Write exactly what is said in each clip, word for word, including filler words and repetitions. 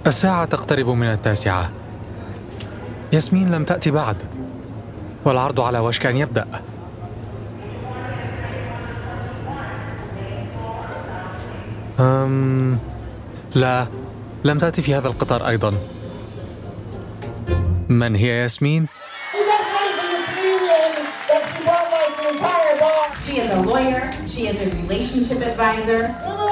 الساعة تقترب من التاسعة. ياسمين لم تأتي بعد، والعرض على وشك أن يبدأ. أم... لا، لم تأتي في هذا القطار أيضا. من هي ياسمين؟ She is a lawyer. She is a relationship advisor.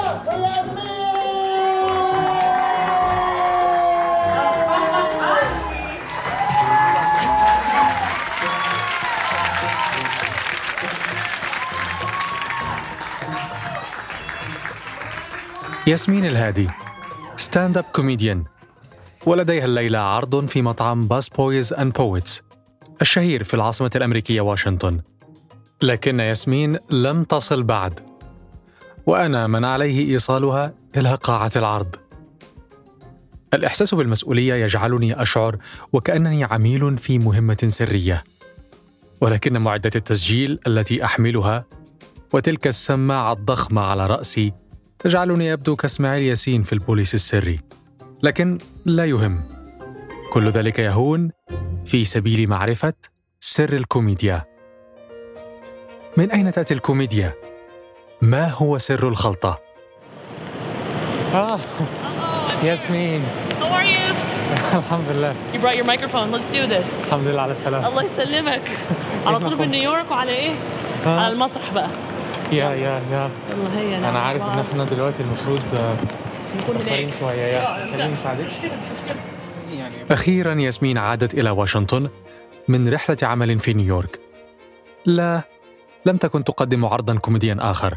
ياسمين الهادي ستاند اب كوميديان، ولديها الليلة عرض في مطعم باس بويز أند بويتس الشهير في العاصمة الأمريكية واشنطن. لكن ياسمين لم تصل بعد، وأنا من عليه إيصالها إلى قاعة العرض. الإحساس بالمسؤولية يجعلني أشعر وكأنني عميل في مهمة سرية، ولكن معدة التسجيل التي أحملها وتلك السماعة الضخمة على رأسي تجعلني يبدو كاسماعيل ياسين في البوليس السري. لكن لا يهم، كل ذلك يهون في سبيل معرفة سر الكوميديا. من أين تأتي الكوميديا؟ ما هو سر الخلطة؟ آه ياسمين. How are you? الحمد لله. You brought your microphone. Let's do this. الحمد لله على السلامة. الله يسلمك. على طول من نيويورك وعلى إيه؟ آه. على المسرح بقى. يا يا يا يلا هي أنا عارف إن إحنا دلوقتي المفروض نكون هناك شوية. يا خليني أساعدك. أخيراً ياسمين عادت إلى واشنطن من رحلة عمل في نيويورك. لا، لم تكن تقدم عرضاً كوميدياً آخر،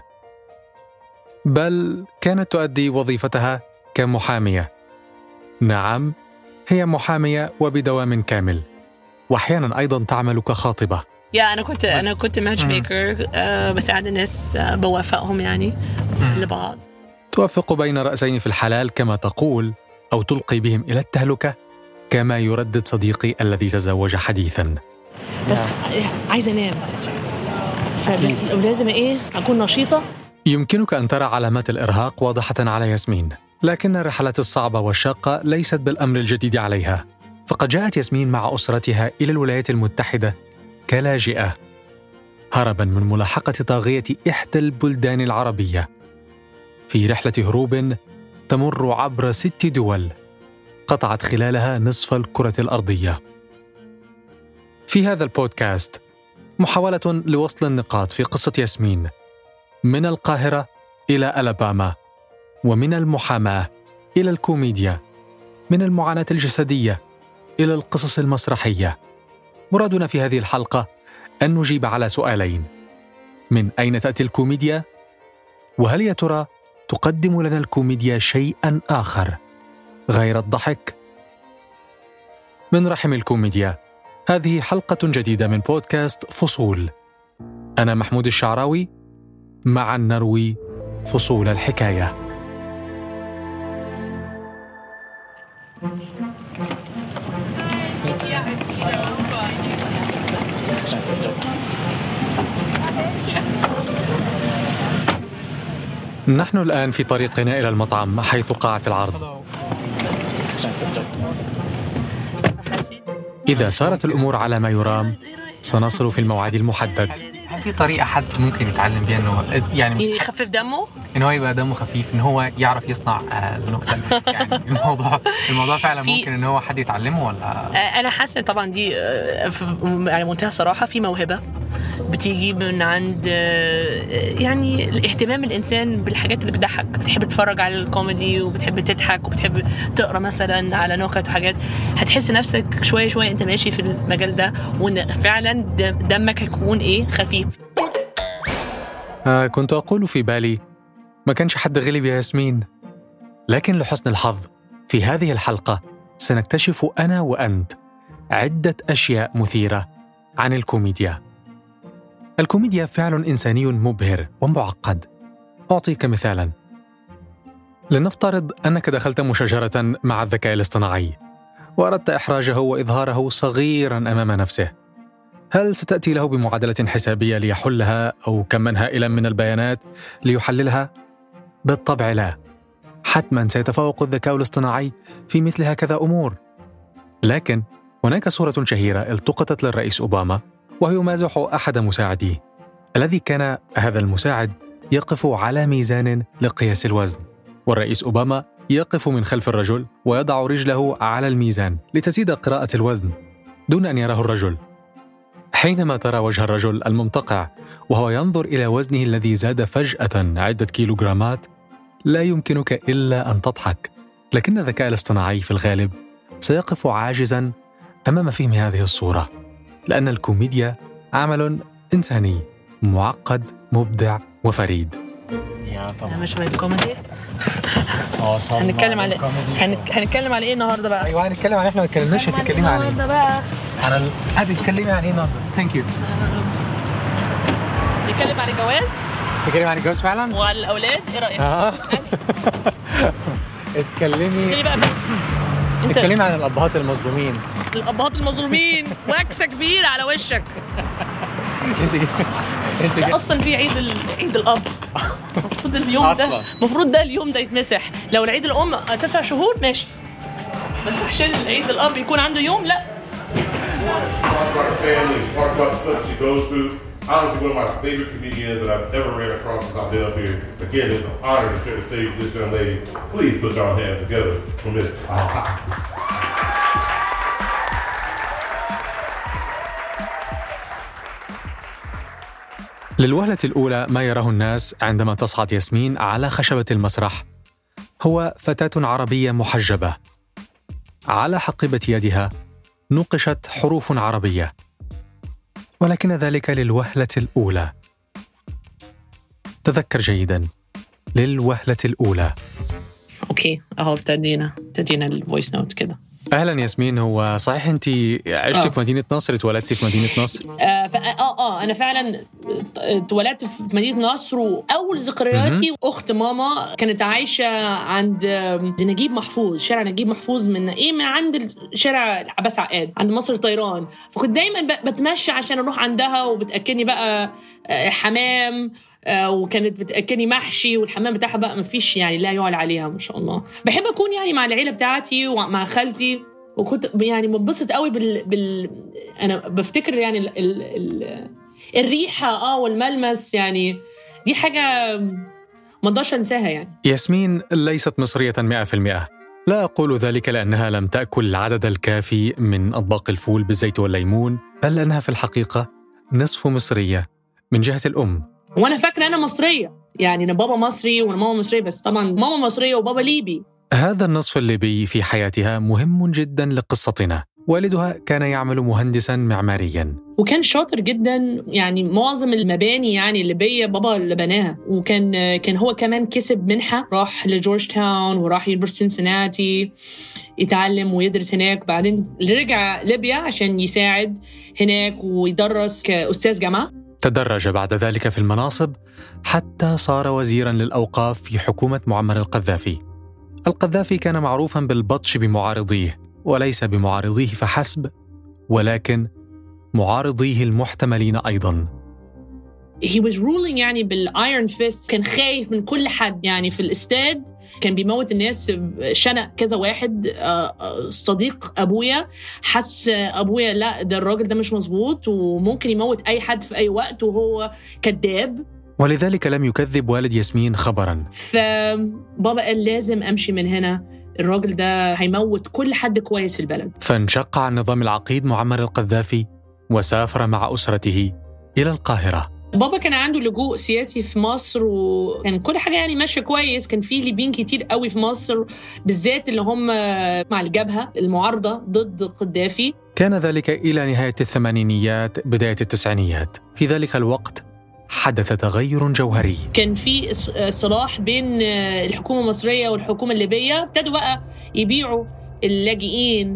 بل كانت تؤدي وظيفتها كمحامية. نعم، هي محامية وبدوام كامل، وأحياناً أيضاً تعمل كخاطبة. يا أنا كنت أنا كنت ماتش ميكر، أه بساعد الناس، أه بوافقهم يعني لبعض. توفق بين رأسين في الحلال كما تقول، أو تلقي بهم إلى التهلكة كما يردد صديقي الذي تزوج حديثاً. بس عايزة أنام، فبس لازم إيه أكون نشيطة. يمكنك أن ترى علامات الإرهاق واضحة على ياسمين، لكن الرحلات الصعبة والشاقة ليست بالأمر الجديد عليها. فقد جاءت ياسمين مع أسرتها إلى الولايات المتحدة كلاجئة، هرباً من ملاحقة طاغية إحدى البلدان العربية، في رحلة هروب تمر عبر ست دول قطعت خلالها نصف الكرة الأرضية. في هذا البودكاست محاولة لوصل النقاط في قصة ياسمين من القاهرة إلى ألاباما، ومن المحاماة إلى الكوميديا، من المعاناة الجسدية إلى القصص المسرحية. مرادنا في هذه الحلقة أن نجيب على سؤالين: من أين تأتي الكوميديا؟ وهل يا ترى تقدم لنا الكوميديا شيئاً آخر غير الضحك؟ من رحم الكوميديا، هذه حلقة جديدة من بودكاست فصول. أنا محمود الشعراوي، معاً نروي فصول الحكاية. نحن الآن في طريقنا إلى المطعم حيث قاعة العرض. إذا سارت الأمور على ما يرام سنصل في الموعد المحدد. هل في طريقة حد ممكن يتعلم بيها إنه يعني يخفف دمه؟ إنه هو يبقى دمه خفيف، إنه هو يعرف يصنع النكتة؟ يعني الموضوع الموضوع فعلا ممكن إنه هو حد يتعلمه ولا؟ أنا حاسة طبعا دي يعني منتهى الصراحة في موهبة بتيجي من عند يعني الاهتمام الإنسان بالحاجات اللي بتضحك. بتحب تتفرج على الكوميدي وبتحب تضحك وبتحب تقرأ مثلا على نكت وحاجات، هتحس نفسك شوية شوية أنت ماشي في المجال ده، وإن فعلا دمك هيكون إيه خفيف. آه كنت أقول في بالي ما كانش حد غلب يا ياسمين، لكن لحسن الحظ في هذه الحلقة سنكتشف أنا وأنت عدة أشياء مثيرة عن الكوميديا. الكوميديا فعل إنساني مبهر ومعقد. أعطيك مثالاً. لنفترض أنك دخلت مشاجرة مع الذكاء الاصطناعي وأردت إحراجه وإظهاره صغيراً أمام نفسه. هل ستأتي له بمعادلة حسابية ليحلها أو كماً هائلاً من البيانات ليحللها؟ بالطبع لا. حتما سيتفوق الذكاء الاصطناعي في مثل هكذا أمور. لكن هناك صورة شهيرة التقطت للرئيس أوباما وهو يمازح أحد مساعديه، الذي كان هذا المساعد يقف على ميزان لقياس الوزن، والرئيس أوباما يقف من خلف الرجل ويضع رجله على الميزان لتزيد قراءة الوزن دون أن يراه الرجل. حينما ترى وجه الرجل الممتقع وهو ينظر إلى وزنه الذي زاد فجأة عدة كيلوغرامات، لا يمكنك إلا أن تضحك. لكن الذكاء الاصطناعي في الغالب سيقف عاجزا أمام فهم هذه الصورة، لأن الكوميديا عمل إنساني معقد مبدع وفريد. يا طبعا مش شوية كوميدي. اه هنتكلم على هنك... هنتكلم على ايه النهارده بقى؟ ايوه هنتكلم عن احنا ما اتكلمناش. هتتكلمي عن ايه النهارده بقى؟ انا هادي تتكلمي عن ايه النهارده؟ ثانك يو. نتكلم عن الجواز تتكلمي عن الجواز فعلا وعلى الاولاد، ايه رايك؟ اه اتكلمي ايه بقى؟ اتكلمي عن الابهات المظلومين. الابهات المظلومين وكسه كبيره على وشك. انت انت ده اصلا في عيد ال... عيد الاب. المفروض اليوم ده المفروض ده اليوم ده يتمسح. لو العيد الام تسع شهور ماشي، بس عشان العيد الاب يكون عنده يوم لا. Honestly, one of my favorite comedians that I've ever ran across since I've been up here. Again, it's an honor to share the stage with this young lady. Please put your hands together for Miss Aha. للوهلة الأولى ما يراه الناس عندما تصعد ياسمين على خشبة المسرح هو فتاة عربية محجبة، على حقيبة يدها نقشت حروف عربية، ولكن ذلك للوهلة الأولى. تذكر جيداً، للوهلة الأولى. أوكي، أهو ابتدينا ابتدينا الفويس نوت كده. أهلاً ياسمين، هو صحيح أنت عشتي آه. في مدينة نصر، اتولدتي في مدينة نصر؟ آه ف... آه آه أنا فعلاً اتولدت في مدينة نصر، وأول ذكرياتي أخت ماما كانت عايشة عند نجيب محفوظ، شارع نجيب محفوظ، من إيه من عند شارع عباس عقاد عند مصر الطيران. فكنت دايماً ب... بتمشى عشان أروح عندها، وبتأكلني بقى حمام، آه وكانت بتأكلني محشي، والحمام بتاعها بقى مفيش يعني لا يعلى عليها ما شاء الله. بحب أكون يعني مع العيلة بتاعتي ومع خالتي، وكنت يعني منبسط قوي بال... بال أنا بفتكر يعني ال... ال... ال... الريحة آه والملمس، يعني دي حاجة ما اقدرش انساها. يعني ياسمين ليست مصرية مئة في المئة. لا أقول ذلك لأنها لم تأكل العدد الكافي من أطباق الفول بالزيت والليمون، بل أنها في الحقيقة نصف مصرية من جهة الأم. وانا فاكره انا مصريه، يعني انا بابا مصري وانا ماما مصريه، بس طبعا ماما مصريه وبابا ليبي. هذا النصف الليبي في حياتها مهم جدا لقصتنا. والدها كان يعمل مهندسا معماريا، وكان شاطر جدا، يعني معظم المباني يعني الليبيه بابا اللي بناها. وكان كان هو كمان كسب منحه، راح لجورج تاون وراح يونيفرسيتي سنسناتي يتعلم ويدرس هناك. بعدين رجع ليبيا عشان يساعد هناك ويدرس كأستاذ جامعه. تدرج بعد ذلك في المناصب حتى صار وزيراً للأوقاف في حكومة معمر القذافي. القذافي كان معروفاً بالبطش بمعارضيه، وليس بمعارضيه فحسب، ولكن معارضيه المحتملين أيضاً. He was ruling يعني بالiron fist، كان خايف من كل حد. يعني في الاستاد كان بيموت الناس، شنق كذا واحد. صديق أبويا حس أبويا لا ده الراجل ده مش مظبوط وممكن يموت أي حد في أي وقت، وهو كذاب. ولذلك لم يكذب والد ياسمين خبراً. فبابا قال لازم أمشي من هنا، الراجل ده هيموت كل حد كويس في البلد. فانشق عن نظام العقيد معمر القذافي وسافر مع أسرته إلى القاهرة. بابا كان عنده لجوء سياسي في مصر، وكان كل حاجة يعني ماشية كويس. كان في ليبيين كتير قوي في مصر، بالذات اللي هم مع الجبهة المعارضة ضد القذافي. كان ذلك إلى نهاية الثمانينيات بداية التسعينيات. في ذلك الوقت حدث تغير جوهري. كان في صلاح بين الحكومة المصرية والحكومة الليبية، ابتدوا بقى يبيعوا اللاجئين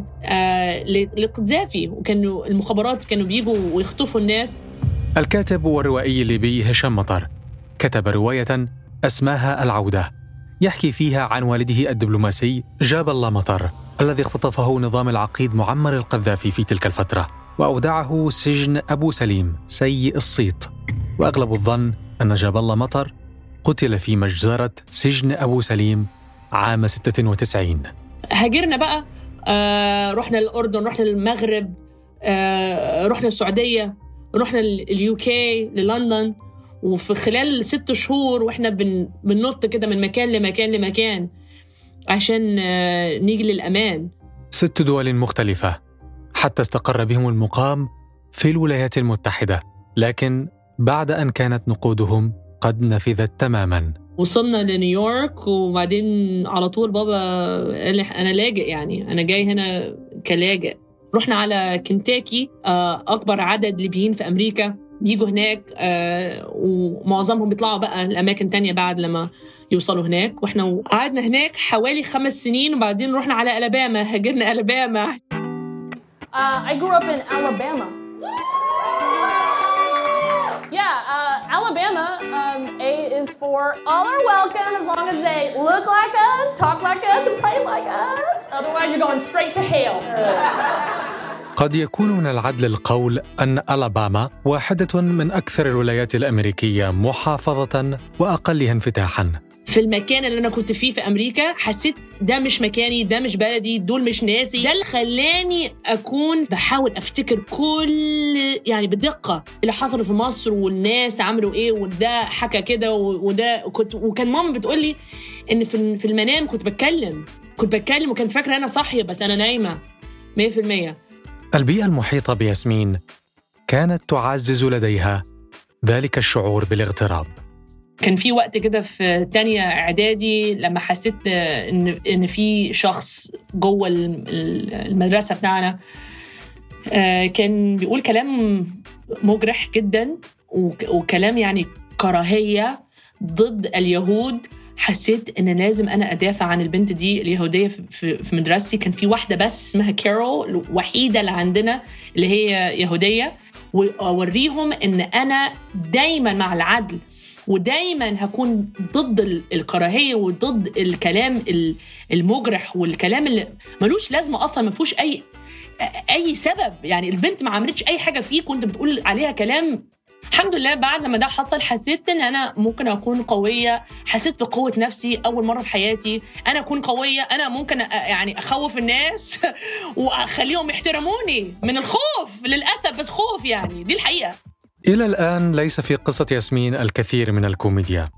للقذافي، وكانوا المخابرات كانوا بيجوا ويخطفوا الناس. الكاتب والروائي الليبي هشام مطر كتب رواية اسمها العودة، يحكي فيها عن والده الدبلوماسي جاب الله مطر الذي اختطفه نظام العقيد معمر القذافي في تلك الفترة، وأودعه سجن أبو سليم سيء الصيت. وأغلب الظن أن جاب الله مطر قتل في مجزرة سجن أبو سليم عام ستة وتسعين. هاجرنا بقى، آه رحنا الأردن، رحنا المغرب، آه رحنا السعودية، رحنا اليوكي للندن. وفي خلال ست شهور وإحنا بن بننط كده من مكان لمكان لمكان عشان آه نيجي للأمان. ست دول مختلفة حتى استقر بهم المقام في الولايات المتحدة، لكن بعد أن كانت نقودهم قد نفذت تماماً. وصلنا لنيويورك وبعدين على طول بابا قال أنا لاجئ، يعني أنا جاي هنا كلاجئ. رحنا على كنتاكي، أكبر عدد ليبيين في أمريكا بيجوا هناك، ومعظمهم بيطلعوا بقى الأماكن تانية بعد لما يوصلوا هناك. وإحنا قعدنا هناك حوالي خمس سنين وبعدين رحنا على ألاباما، هاجرنا ألاباما. Uh, I grew up in Alabama. Yeah, uh, Alabama, um, A is for all are welcome as long as they look like us, talk like us, and pray like us. Otherwise, you're going straight to hell. قد يكون من العدل القول أن ألاباما واحدة من أكثر الولايات الأمريكية محافظة وأقلها انفتاحاً. في المكان اللي أنا كنت فيه في أمريكا حسيت ده مش مكاني، ده مش بلدي، دول مش ناسي. ده اللي خلاني أكون بحاول أفتكر كل يعني بدقة اللي حصل في مصر والناس عملوا إيه وده حكى كده وده كنت. وكان ماما بتقولي إن في في المنام كنت بتكلم كنت بتكلم وكنت فاكرة أنا صاحية بس أنا نايمة مية في المية. البيئة المحيطة بياسمين كانت تعزز لديها ذلك الشعور بالاغتراب. كان في وقت كده في تانية إعدادي لما حسيت إن إن في شخص جوه المدرسة بتاعنا كان بيقول كلام مجرح جدا وكلام يعني كراهية ضد اليهود. حسيت إن لازم أنا أدافع عن البنت دي اليهودية في في مدرستي. كان في واحدة بس اسمها كارول، الوحيدة اللي عندنا اللي هي يهودية، وأوريهم إن أنا دايما مع العدل ودايما هكون ضد الكراهية وضد الكلام المجرح والكلام اللي ملوش لازمة أصلا، ما فيهوش أي أي سبب. يعني البنت ما عملتش أي حاجة فيه كنت بتقول عليها كلام. الحمد لله بعد لما ده حصل حسيت إن أنا ممكن أكون قوية. حسيت بقوة نفسي أول مرة في حياتي. أنا أكون قوية، أنا ممكن يعني أخوف الناس وأخليهم يحترموني من الخوف للأسف، بس خوف يعني دي الحقيقة. إلى الآن ليس في قصة ياسمين الكثير من الكوميديا.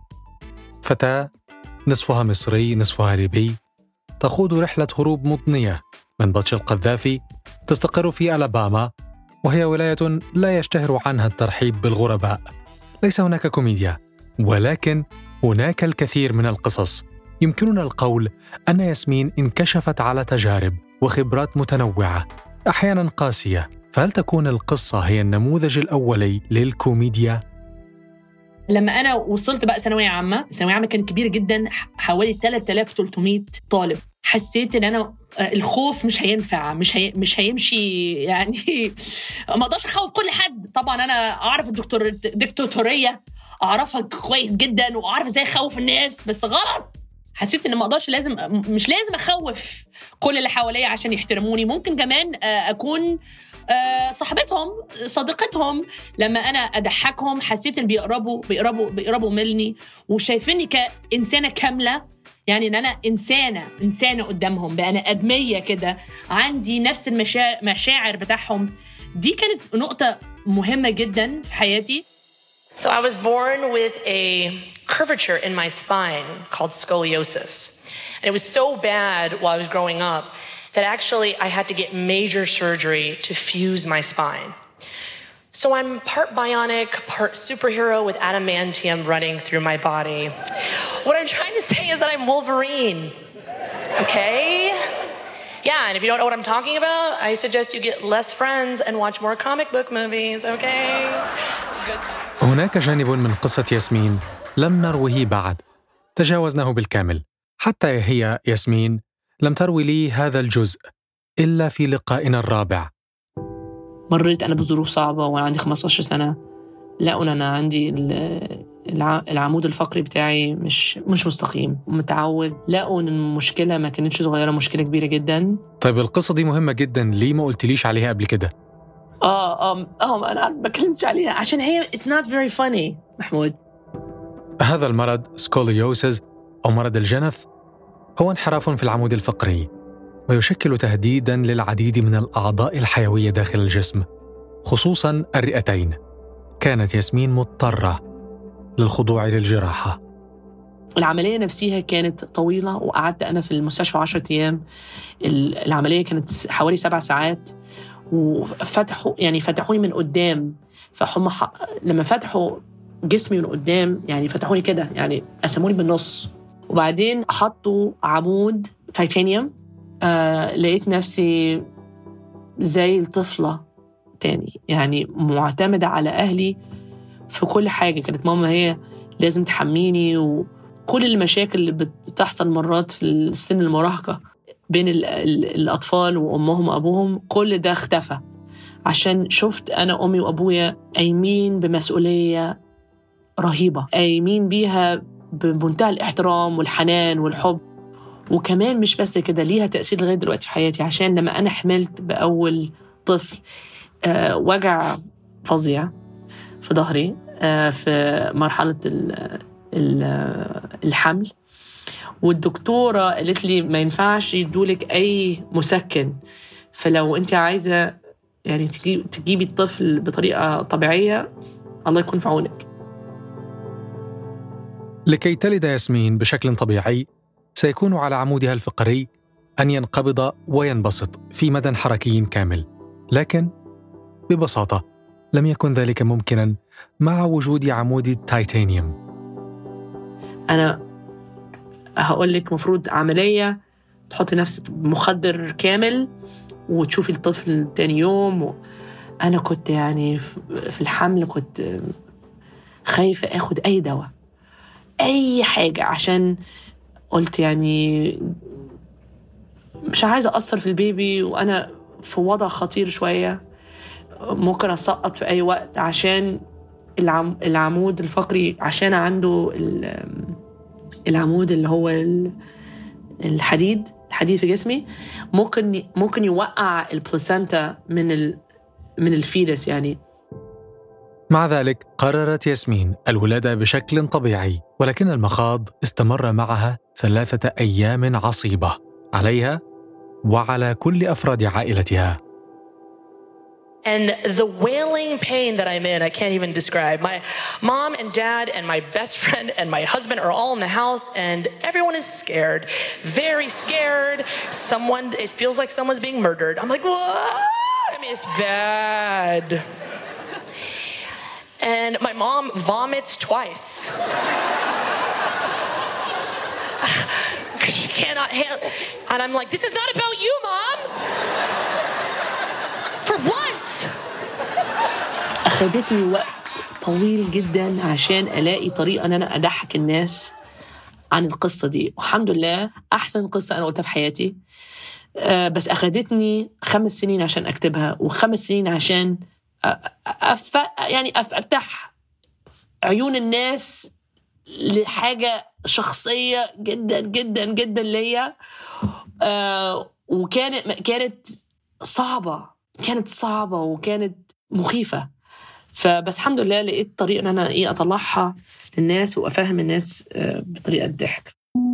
فتاة نصفها مصري نصفها ليبي تخوض رحلة هروب مضنية من بطش القذافي، تستقر في ألاباما وهي ولاية لا يشتهر عنها الترحيب بالغرباء. ليس هناك كوميديا، ولكن هناك الكثير من القصص. يمكننا القول أن ياسمين انكشفت على تجارب وخبرات متنوعة أحياناً قاسية. فهل تكون القصة هي النموذج الأولي للكوميديا؟ لما أنا وصلت بقى ثانوية عامة، ثانوية عامة كانت كبيرة جدا، حوالي ثلاثة آلاف وثلاثمية طالب. حسيت إن أنا الخوف مش هينفع، مش هي مش هيمشي يعني. ما أقدرش أخوف كل حد. طبعا أنا أعرف الدكتور دكتاتورية أعرفها كويس جدا وأعرف إزاي أخوف الناس، بس غلط. حسيت إن ما أقدرش لازم مش لازم أخوف كل اللي حواليا عشان يحترموني. ممكن كمان أكون صاحبتهم صديقتهم لما أنا أضحكهم. حسيت إن بيقربوا بيقربوا بيقربوا مني وشايفيني كإنسانة كاملة، يعني إن أنا إنسانة إنسانة قدامهم، بأنا أدمية كده، عندي نفس المشاعر بتاعهم. دي كانت نقطة مهمة جدا في حياتي. So I was born with a curvature in my spine called scoliosis. And it was so bad while I was growing up that actually I had to get major surgery to fuse my spine. So I'm part bionic, part superhero with adamantium running through my body. What I'm trying to say is that I'm Wolverine, okay? Yeah, and if you don't know what I'm talking about, I suggest you get less friends and watch more comic book movies, okay? Good time. هناك جانب من قصة ياسمين لم نروه بعد، تجاوزناه بالكامل. حتى هي ياسمين لم تروي لي هذا الجزء إلا في لقائنا الرابع. مريت أنا بظروف صعبة وأنا عندي خمسة عشر سنة. لقوا أنا عندي العمود الفقري بتاعي مش مش مستقيم ومتعوج. لقوا إن المشكلة ما كانتش صغيرة، مشكلة كبيرة جدا. طيب القصة دي مهمة جدا، ليه ما قلتليش عليها قبل كده؟ آه آه آه أنا ما كلمتش عليها عشان هي it's not very funny محمود. هذا المرض سكوليوسيس أو مرض الجنف هو انحراف في العمود الفقري، ويشكل تهديداً للعديد من الأعضاء الحيوية داخل الجسم، خصوصاً الرئتين. كانت ياسمين مضطرة للخضوع للجراحة. العملية نفسها كانت طويلة، وقعدت أنا في المستشفى عشرة أيام. العملية كانت حوالي سبع ساعات، وفتحوا يعني فتحوني من قدام. فهم ح... لما فتحوا جسمي من قدام يعني فتحوني كده، يعني قسموني بالنص، وبعدين حطوا عمود تيتانيوم. آه... لقيت نفسي زي الطفلة تاني، يعني معتمدة على أهلي في كل حاجة. كانت ماما هي لازم تحميني، وكل المشاكل اللي بتحصل مرات في السن المراهقة بين ال ال الأطفال وأمهم وأبوهم، كل ده اختفى عشان شفت أنا أمي وأبويا قايمين بمسؤولية رهيبة، قايمين بيها بمنتهى الاحترام والحنان والحب. وكمان مش بس كده، ليها تأثير لغاية دلوقتي في حياتي، عشان لما أنا حملت بأول طفل أه وجع فظيع في ظهري أه في مرحلة ال ال الحمل، والدكتورة قالت لي ما ينفعش يدولك أي مسكن، فلو أنت عايزة يعني تجيبي الطفل بطريقة طبيعية الله يكون في عونك. لكي تلد ياسمين بشكل طبيعي سيكون على عمودها الفقري أن ينقبض وينبسط في مدى حركي كامل، لكن ببساطة لم يكن ذلك ممكنا مع وجود عمود التيتانيوم. أنا هقول لك مفروض عملية تحط نفسك بمخدر كامل وتشوفي الطفل تاني يوم و... أنا كنت يعني في الحمل كنت خايفة أخد أي دواء أي حاجة، عشان قلت يعني مش عايزة أثر في البيبي وأنا في وضع خطير شوية، ممكن أسقط في أي وقت، عشان العم... العمود الفقري عشان عنده ال... العمود اللي هو الحديد الحديد في جسمي ممكن ممكن يوقع البلاسنتا من ال من الفيتس يعني. مع ذلك قررت ياسمين الولادة بشكل طبيعي، ولكن المخاض استمر معها ثلاثة أيام عصيبة عليها وعلى كل أفراد عائلتها. And the wailing pain that I'm in, I can't even describe. My mom and dad and my best friend and my husband are all in the house, and everyone is scared, very scared. Someone, it feels like someone's being murdered. I'm like, what? I mean, it's bad. And my mom vomits twice. Because she cannot handle. And I'm like, this is not about you, Mom. For once. أخذتني وقت طويل جدا عشان ألاقي طريقة أن أنا أضحك الناس عن القصة دي، والحمد لله أحسن قصة أنا قلتها في حياتي. أه بس أخذتني خمس سنين عشان أكتبها، وخمس سنين عشان أف... يعني أفتح عيون الناس لحاجة شخصية جدا جدا جدا ليا. أه وكانت كانت صعبة كانت صعبة وكانت مخيفة، فبس الحمد لله لقيت طريقة أن أنا إيه أطلعها للناس وأفهم الناس بطريقة ضحك.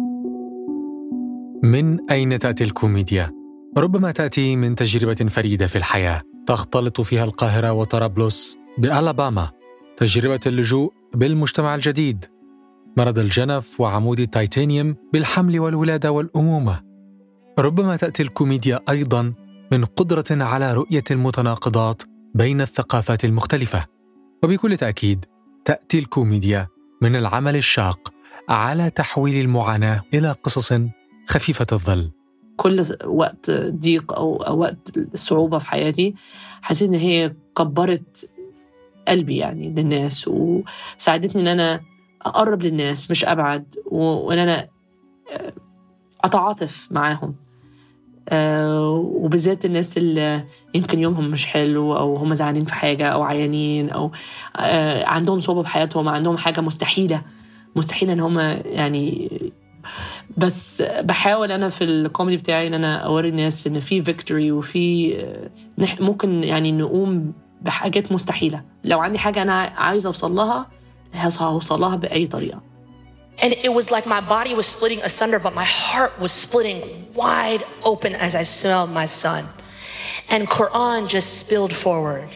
من أين تأتي الكوميديا؟ ربما تأتي من تجربة فريدة في الحياة تختلط فيها القاهرة وطرابلس بألاباما، تجربة اللجوء بالمجتمع الجديد، مرض الجنف وعمود التيتانيوم بالحمل والولادة والأمومة. ربما تأتي الكوميديا أيضاً من قدرة على رؤية المتناقضات بين الثقافات المختلفة، وبكل تأكيد تأتي الكوميديا من العمل الشاق على تحويل المعاناة إلى قصص خفيفة الظل. كل وقت ضيق أو, أو وقت صعوبة في حياتي حسيت إن هي كبرت قلبي يعني للناس، وساعدتني إن أنا أقرب للناس مش أبعد، وإن أنا أتعاطف معاهم. أه وبالذات الناس اللي يمكن يومهم مش حلو أو هم زعلانين في حاجة أو عيانين أو أه عندهم صعوبة بحياتهم، عندهم حاجة مستحيلة مستحيلة إن هم يعني. بس بحاول أنا في الكوميدي بتاعي إن أنا أوري الناس إن في فيكتوري وفي ممكن يعني نقوم بحاجات مستحيلة. لو عندي حاجة أنا عايزة أوصل لها هوصل لها بأي طريقة. And it was like my body was splitting asunder, but my heart was splitting wide open as I smelled my son. And Quran just spilled forward.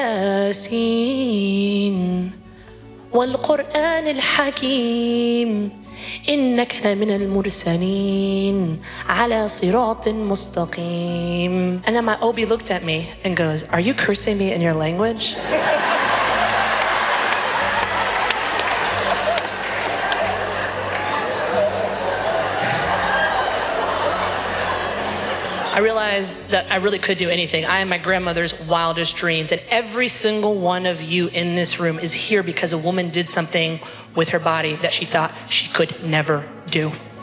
Yasin wal Quran al Hakim innaka lamin al mursalin ala siratin mustaqim. And then my Obi looked at me and goes, "Are you cursing me in your language?" I realized that I really could do anything. I am my grandmother's wildest dreams. And every single one of you in this room is here because a woman did something with her body that she thought she could never do.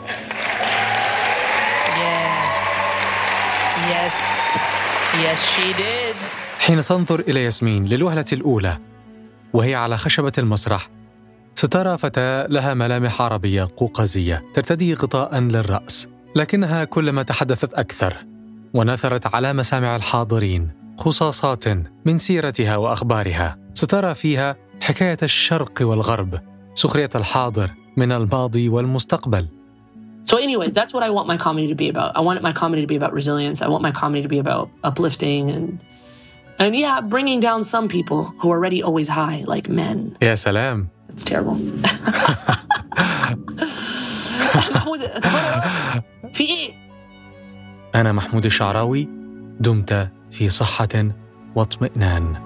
Yeah. Yes. Yes, she did. حين تنظر إلى ياسمين للوهلة الأولى وهي على خشبة المسرح، سترى فتاة لها ملامح عربية قوقازية ترتدي غطاء للرأس، لكنها كلما تحدثت أكثر ونثرت على مسامع الحاضرين خصاصات من سيرتها وأخبارها. سترى فيها حكاية الشرق والغرب، سخرية الحاضر من الماضي والمستقبل. So anyways, that's what I want my comedy to be about. I want my comedy to be about resilience. I want my comedy to be about uplifting and and yeah, bringing down some people who are already always high, like men. يا سلام. It's terrible. في إيه؟ أنا محمود الشعراوي، دمت في صحة واطمئنان.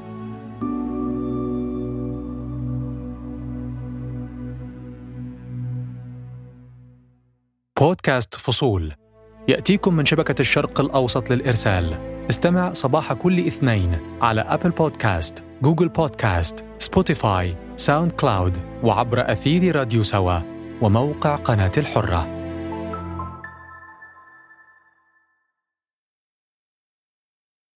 بودكاست فصول يأتيكم من شبكة الشرق الأوسط للإرسال. استمع صباح كل اثنين على أبل بودكاست، جوجل بودكاست، سبوتيفاي، ساوند كلاود، وعبر أثير راديو سوا وموقع قناة الحرة.